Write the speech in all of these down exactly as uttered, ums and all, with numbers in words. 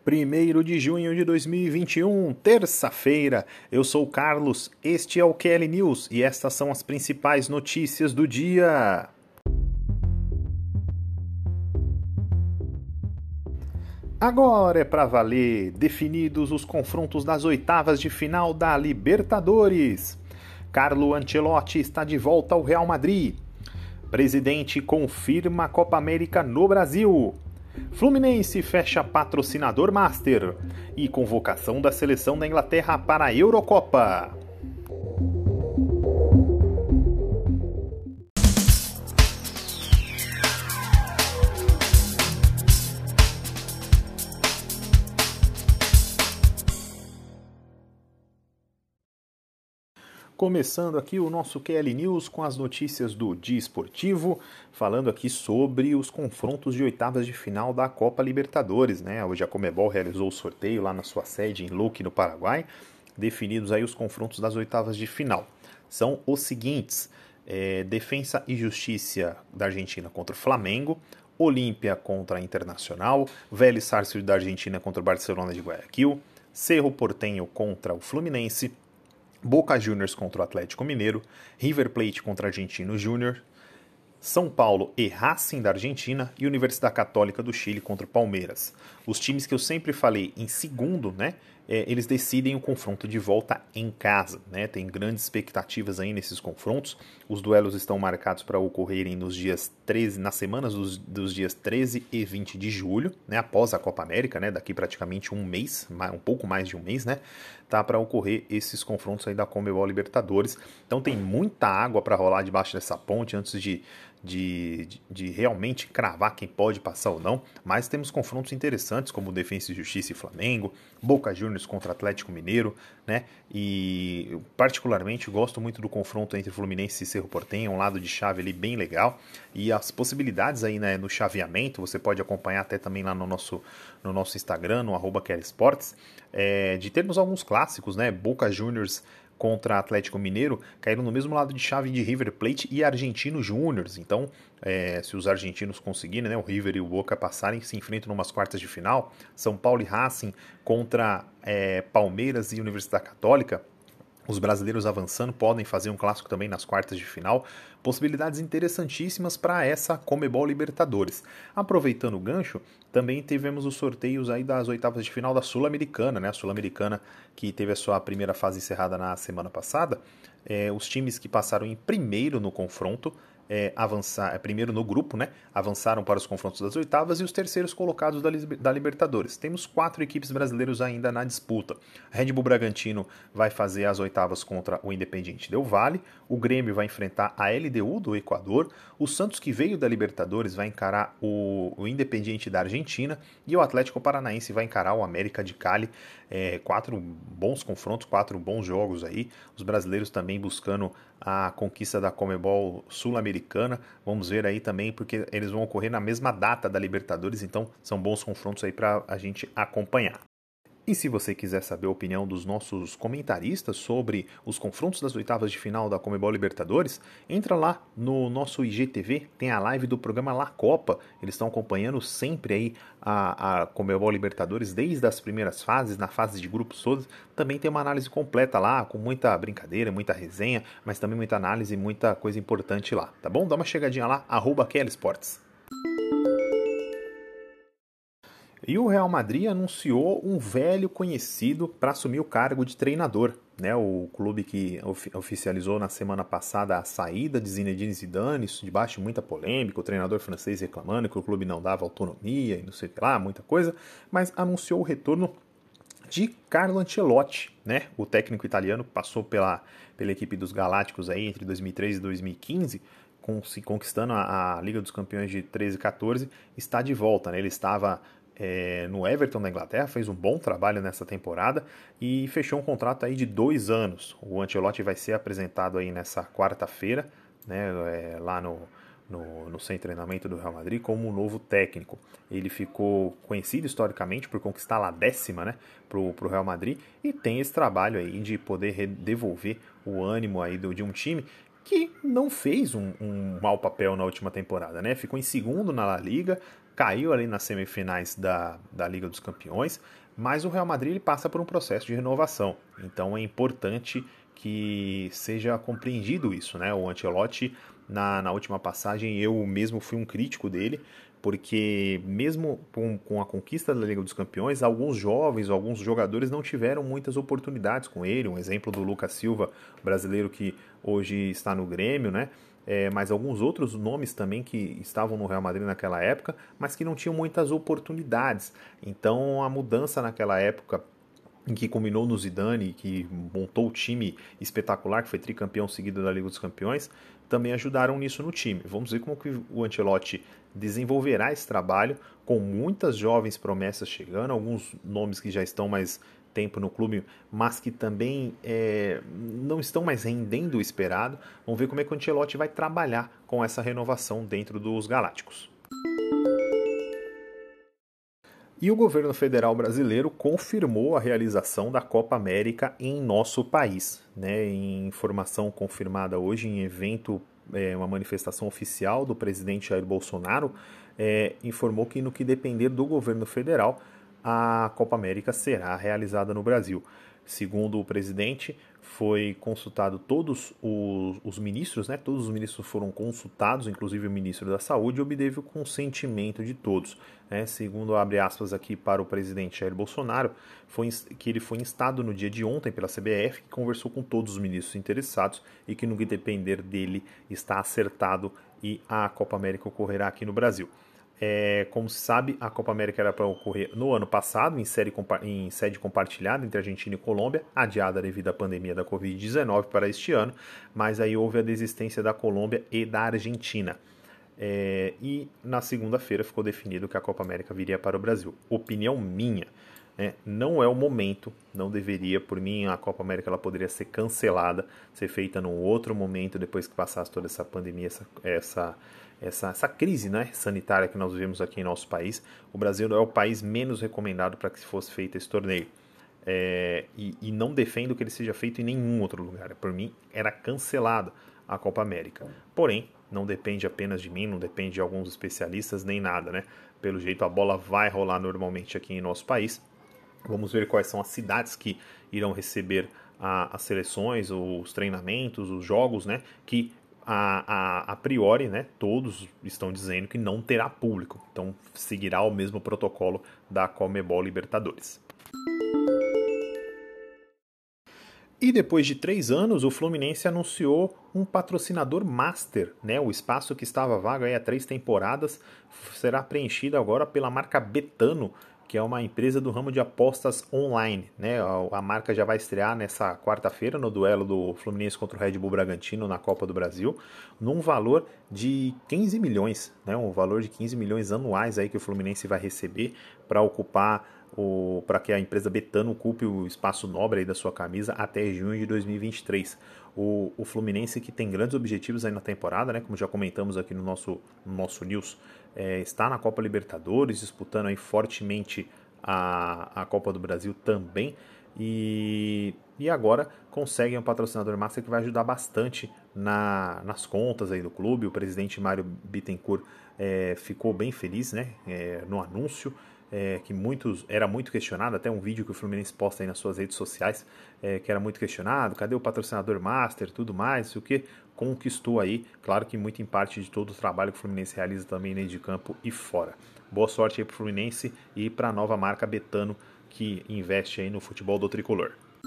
primeiro de junho de dois mil e vinte e um, terça-feira. Eu sou o Carlos, este é o Q L News e estas são as principais notícias do dia. Agora é pra valer, definidos os confrontos das oitavas de final da Libertadores. Carlo Ancelotti está de volta ao Real Madrid. Presidente confirma a Copa América no Brasil. Fluminense fecha patrocinador Master. E convocação da seleção da Inglaterra para a Eurocopa. Começando aqui o nosso Q L News com as notícias do Dia Esportivo, falando aqui sobre os confrontos de oitavas de final da Copa Libertadores, né? Hoje a Conmebol realizou o sorteio lá na sua sede em Luque, no Paraguai, definidos aí os confrontos das oitavas de final. São os seguintes: é, Defensa e Justiça da Argentina contra o Flamengo, Olímpia contra a Internacional, Vélez Sarsfield da Argentina contra o Barcelona de Guayaquil, Cerro Porteño contra o Fluminense, Boca Juniors contra o Atlético Mineiro, River Plate contra Argentino Júnior, São Paulo e Racing da Argentina e Universidade Católica do Chile contra o Palmeiras. Os times que eu sempre falei em segundo, né, é, eles decidem o confronto de volta em casa, né? Tem grandes expectativas aí nesses confrontos. Os duelos estão marcados para ocorrerem nos dias treze, nas semanas dos, dos dias treze e vinte de julho, né, após a Copa América, né, daqui praticamente um mês, um pouco mais de um mês, né, tá para ocorrer esses confrontos aí da Conmebol Libertadores. Então tem muita água para rolar debaixo dessa ponte antes de De, de, de realmente cravar quem pode passar ou não, mas temos confrontos interessantes como Defensa e Justiça e Flamengo, Boca Juniors contra Atlético Mineiro, né? E eu particularmente gosto muito do confronto entre Fluminense e Cerro Porteño, um lado de chave ali bem legal, e as possibilidades aí, né, no chaveamento, você pode acompanhar até também lá no nosso, no nosso Instagram, no arroba Sports, é, de termos alguns clássicos, né? Boca Juniors contra Atlético Mineiro, caíram no mesmo lado de chave de River Plate e Argentino Júniors. Então, é, se os argentinos conseguirem, né, o River e o Boca passarem, se enfrentam numas quartas de final. São Paulo e Racing contra é, Palmeiras e Universidade Católica. Os brasileiros avançando podem fazer um clássico também nas quartas de final. Possibilidades interessantíssimas para essa Conmebol Libertadores. Aproveitando o gancho, também tivemos os sorteios aí das oitavas de final da Sul-Americana, né? A Sul-Americana que teve a sua primeira fase encerrada na semana passada. É, os times que passaram em primeiro no confronto, É, avançar, é, primeiro no grupo, né, avançaram para os confrontos das oitavas, e os terceiros colocados da, da Libertadores. Temos quatro equipes brasileiras ainda na disputa. Red Bull Bragantino vai fazer as oitavas contra o Independiente Del Valle, o Grêmio vai enfrentar a L D U do Equador, o Santos, que veio da Libertadores, vai encarar o, o Independiente da Argentina, e o Atlético Paranaense vai encarar o América de Cali. É, quatro bons confrontos, quatro bons jogos aí, os brasileiros também buscando a conquista da Conmebol Sul-Americana. Vamos ver aí também, porque eles vão ocorrer na mesma data da Libertadores, então são bons confrontos aí para a gente acompanhar. E se você quiser saber a opinião dos nossos comentaristas sobre os confrontos das oitavas de final da Conmebol Libertadores, entra lá no nosso I G T V, tem a live do programa La Copa. Eles estão acompanhando sempre aí a, a Conmebol Libertadores desde as primeiras fases, na fase de grupos todos. Também tem uma análise completa lá, com muita brincadeira, muita resenha, mas também muita análise e muita coisa importante lá, tá bom? Dá uma chegadinha lá, arroba Q L Sports. E o Real Madrid anunciou um velho conhecido para assumir o cargo de treinador, né? O clube que of- oficializou na semana passada a saída de Zinedine Zidane, isso debaixo de muita polêmica, o treinador francês reclamando que o clube não dava autonomia e não sei o que lá, muita coisa, mas anunciou o retorno de Carlo Ancelotti, né? O técnico italiano que passou pela, pela equipe dos Galácticos aí entre dois mil e treze e dois mil e quinze, com, se conquistando a, a Liga dos Campeões de treze e quatorze, está de volta, né? Ele estava É, no Everton da Inglaterra, fez um bom trabalho nessa temporada e fechou um contrato aí de dois anos. O Ancelotti vai ser apresentado aí nessa quarta-feira, né, é, lá no, no, no centro de treinamento do Real Madrid, como um novo técnico. Ele ficou conhecido historicamente por conquistar lá a décima, né, pro, pro Real Madrid, e tem esse trabalho aí de poder devolver o ânimo aí do, de um time que não fez um, um mau papel na última temporada, né? Ficou em segundo na La Liga, caiu ali nas semifinais da, da Liga dos Campeões, mas o Real Madrid ele passa por um processo de renovação, então é importante que seja compreendido isso, né? O Ancelotti, na, na última passagem, eu mesmo fui um crítico dele, porque mesmo com, com a conquista da Liga dos Campeões, alguns jovens, alguns jogadores não tiveram muitas oportunidades com ele. Um exemplo do Lucas Silva, brasileiro que hoje está no Grêmio, né? É, mas alguns outros nomes também que estavam no Real Madrid naquela época, mas que não tinham muitas oportunidades. Então a mudança naquela época, em que culminou no Zidane, que montou o time espetacular, que foi tricampeão seguido da Liga dos Campeões, também ajudaram nisso no time. Vamos ver como que o Ancelotti desenvolverá esse trabalho, com muitas jovens promessas chegando, alguns nomes que já estão mais tempo no clube, mas que também é, não estão mais rendendo o esperado. Vamos ver como é que o Ancelotti vai trabalhar com essa renovação dentro dos Galácticos. E o governo federal brasileiro confirmou a realização da Copa América em nosso país, né? Em informação confirmada hoje em evento, é, uma manifestação oficial do presidente Jair Bolsonaro, é, informou que no que depender do governo federal, a Copa América será realizada no Brasil. Segundo o presidente, foi consultado todos os, os ministros, né? Todos os ministros foram consultados, inclusive o ministro da Saúde, e obteve o consentimento de todos. Né? Segundo, abre aspas aqui para o presidente Jair Bolsonaro, foi, que ele foi instado no dia de ontem pela C B F, que conversou com todos os ministros interessados e que no que depender dele está acertado e a Copa América ocorrerá aqui no Brasil. É, como se sabe, a Copa América era para ocorrer no ano passado, em, série, em sede compartilhada entre Argentina e Colômbia, adiada devido à pandemia da covid dezenove para este ano, mas aí houve a desistência da Colômbia e da Argentina. É, e na segunda-feira ficou definido que a Copa América viria para o Brasil. Opinião minha, né, não é o momento, não deveria, por mim, a Copa América ela poderia ser cancelada, ser feita num outro momento, depois que passasse toda essa pandemia, essa... essa Essa, essa crise, né, sanitária que nós vivemos aqui em nosso país. O Brasil é o país menos recomendado para que fosse feito esse torneio. É, e, e não defendo que ele seja feito em nenhum outro lugar. Por mim, era cancelada a Copa América. Porém, não depende apenas de mim, não depende de alguns especialistas, nem nada, né? Pelo jeito, a bola vai rolar normalmente aqui em nosso país. Vamos ver quais são as cidades que irão receber a, as seleções, os treinamentos, os jogos, né? Que A, a, a priori, né, todos estão dizendo que não terá público, então seguirá o mesmo protocolo da Conmebol Libertadores. E depois de três anos, o Fluminense anunciou um patrocinador master, né? O espaço que estava vago aí há três temporadas será preenchido agora pela marca Betano, que é uma empresa do ramo de apostas online, né? A marca já vai estrear nessa quarta-feira no duelo do Fluminense contra o Red Bull Bragantino na Copa do Brasil, num valor de quinze milhões, né? Um valor de quinze milhões anuais aí que o Fluminense vai receber para ocupar o para que a empresa Betano ocupe o espaço nobre aí da sua camisa até junho de dois mil e vinte e três. O, o Fluminense, que tem grandes objetivos aí na temporada, né? Como já comentamos aqui no nosso, no nosso news, é, está na Copa Libertadores, disputando aí fortemente a, a Copa do Brasil também, e, e agora consegue um patrocinador master que vai ajudar bastante na, nas contas aí do clube. O presidente Mário Bittencourt é, ficou bem feliz, né? É, no anúncio. É, que muitos, era muito questionado, até um vídeo que o Fluminense posta aí nas suas redes sociais, é, que era muito questionado, cadê o patrocinador master, tudo mais, o que conquistou aí, claro que muito em parte de todo o trabalho que o Fluminense realiza também dentro de campo e fora. Boa sorte aí pro Fluminense e para a nova marca Betano, que investe aí no futebol do tricolor.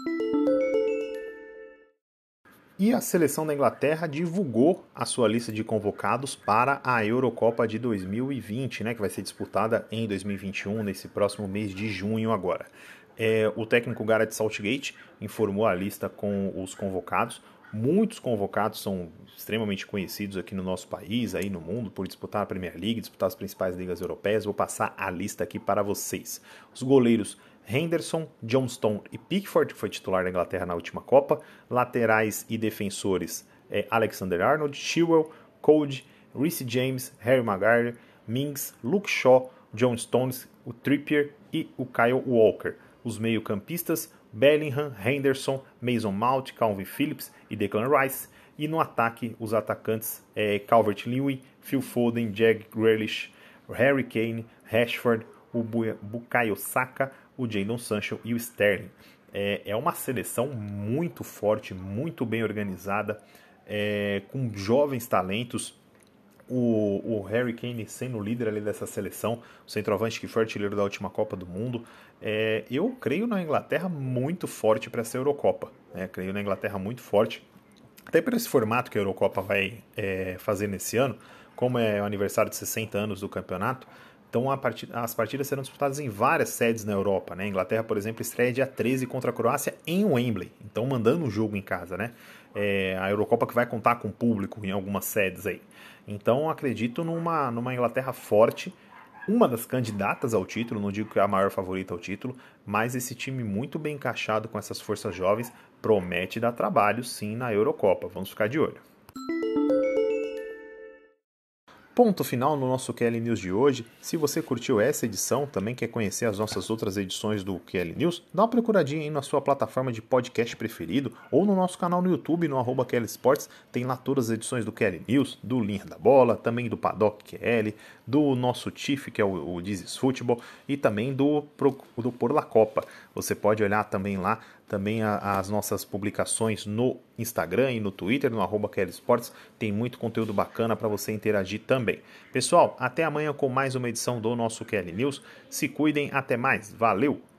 E a seleção da Inglaterra divulgou a sua lista de convocados para a Eurocopa de dois mil e vinte, né, que vai ser disputada em dois mil e vinte e um, nesse próximo mês de junho agora. É, o técnico Gareth Southgate informou a lista com os convocados. Muitos convocados são extremamente conhecidos aqui no nosso país, aí no mundo, por disputar a Premier League, disputar as principais ligas europeias. Vou passar a lista aqui para vocês. Os goleiros: Henderson, Johnstone e Pickford, que foi titular da Inglaterra na última Copa. Laterais e defensores: é, Alexander-Arnold, Chilwell, Cody, Reece James, Harry Maguire, Mings, Luke Shaw, John Stones, o Trippier e o Kyle Walker. Os meio-campistas: Bellingham, Henderson, Mason Mount, Calvin Phillips e Declan Rice. E no ataque, os atacantes: é, Calvert-Lewin, Phil Foden, Jack Grealish, o Harry Kane, Rashford, o Bukayo Saka, o Jadon Sancho e o Sterling. É, é uma seleção muito forte, muito bem organizada, é, com jovens talentos. O, o Harry Kane sendo o líder ali dessa seleção, o centroavante que foi artilheiro da última Copa do Mundo. É, eu creio na Inglaterra muito forte para essa Eurocopa. Né? Creio na Inglaterra muito forte. Até por esse formato que a Eurocopa vai é, fazer nesse ano, como é o aniversário de sessenta anos do campeonato, então a partida, as partidas serão disputadas em várias sedes na Europa. Né? A Inglaterra, por exemplo, estreia dia treze contra a Croácia em Wembley, então mandando o jogo em casa. Né? É, a Eurocopa que vai contar com público em algumas sedes aí. Então acredito numa, numa Inglaterra forte, uma das candidatas ao título, não digo que é a maior favorita ao título, mas esse time muito bem encaixado com essas forças jovens promete dar trabalho sim na Eurocopa. Vamos ficar de olho. Ponto final no nosso Q L News de hoje. Se você curtiu essa edição, também quer conhecer as nossas outras edições do Q L News, dá uma procuradinha aí na sua plataforma de podcast preferido ou no nosso canal no YouTube, no arroba Q L Sports. Tem lá todas as edições do Q L News, do Linha da Bola, também do Paddock Q L, do nosso Tiff, que é o, o This is Football, e também do, do Por La Copa. Você pode olhar também lá também a, as nossas publicações no Instagram e no Twitter, no arroba Q L Sports. Tem muito conteúdo bacana para você interagir também. Pessoal, até amanhã com mais uma edição do nosso Q L News. Se cuidem, até mais. Valeu!